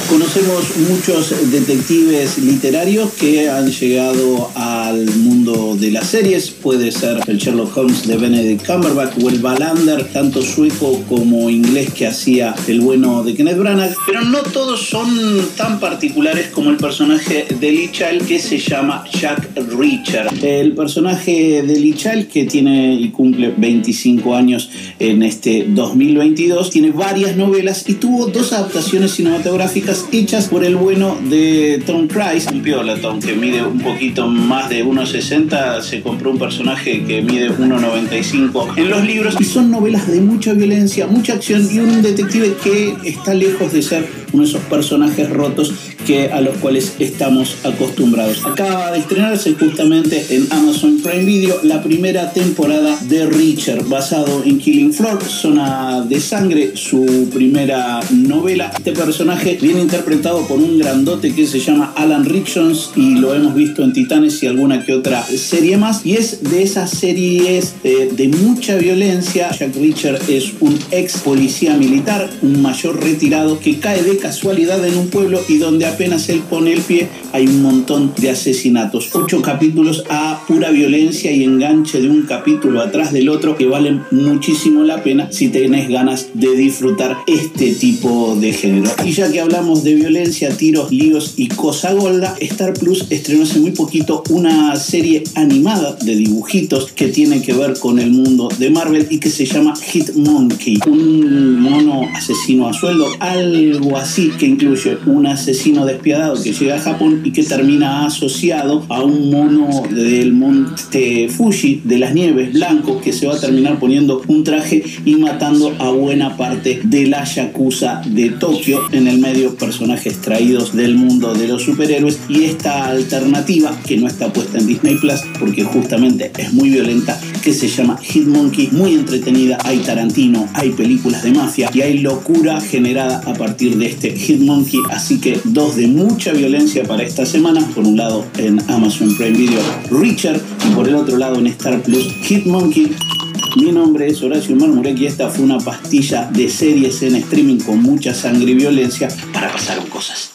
Conocemos muchos detectives literarios que han llegado al mundo de las series. Puede ser el Sherlock Holmes de Benedict Cumberbatch o el Wallander, tanto sueco como inglés, que hacía el bueno de Kenneth Branagh. Pero no todos son tan particulares como el personaje de Lee Child, que se llama Jack Reacher. El personaje de Lee Child, que tiene y cumple 25 años en este 2022, tiene varias novelas y tuvo 2 adaptaciones cinematográficas hechas por el bueno de Tom Cruise. Un piola Tom, que mide un poquito más de 1,60, se compró un personaje que mide 1,95 en los libros, y son novelas de mucha violencia, mucha acción y un detective que está lejos de ser uno de esos personajes rotos a los cuales estamos acostumbrados. Acaba de estrenarse justamente en Amazon Prime Video la primera temporada de Reacher, basado en Killing Floor, Zona de Sangre, su primera novela. Este personaje viene interpretado por un grandote que se llama Alan Ritchson, y lo hemos visto en Titanes y alguna que otra serie más, y es de esas series de mucha violencia. Jack Reacher es un ex policía militar, un mayor retirado que cae de casualidad en un pueblo y donde apenas él pone el pie hay un montón de asesinatos. 8 capítulos a pura violencia y enganche de un capítulo atrás del otro que valen muchísimo la pena si tenés ganas de disfrutar este tipo de género. Y ya que hablamos de violencia, tiros, líos y cosa golda, Star Plus estrenó hace muy poquito una serie animada de dibujitos que tiene que ver con el mundo de Marvel y que se llama Hitmonkey, un mono asesino a sueldo, algo así, que incluye un asesino despiadado que llega a Japón y que termina asociado a un mono del monte Fuji de las nieves, blanco, que se va a terminar poniendo un traje y matando a buena parte de la yakuza de Tokio. En el medio, personajes traídos del mundo de los superhéroes, y esta alternativa, que no está puesta en Disney Plus porque justamente es muy violenta, que se llama Hitmonkey, muy entretenida. Hay Tarantino, hay películas de mafia y hay locura generada a partir de este Hitmonkey, así que 2 de mucha violencia para esta semana. Por un lado en Amazon Prime Video Reacher y por el otro lado en Star Plus Hitmonkey. Mi nombre es Horacio Marmurek y esta fue una pastilla de series en streaming con mucha sangre y violencia para pasar cosas.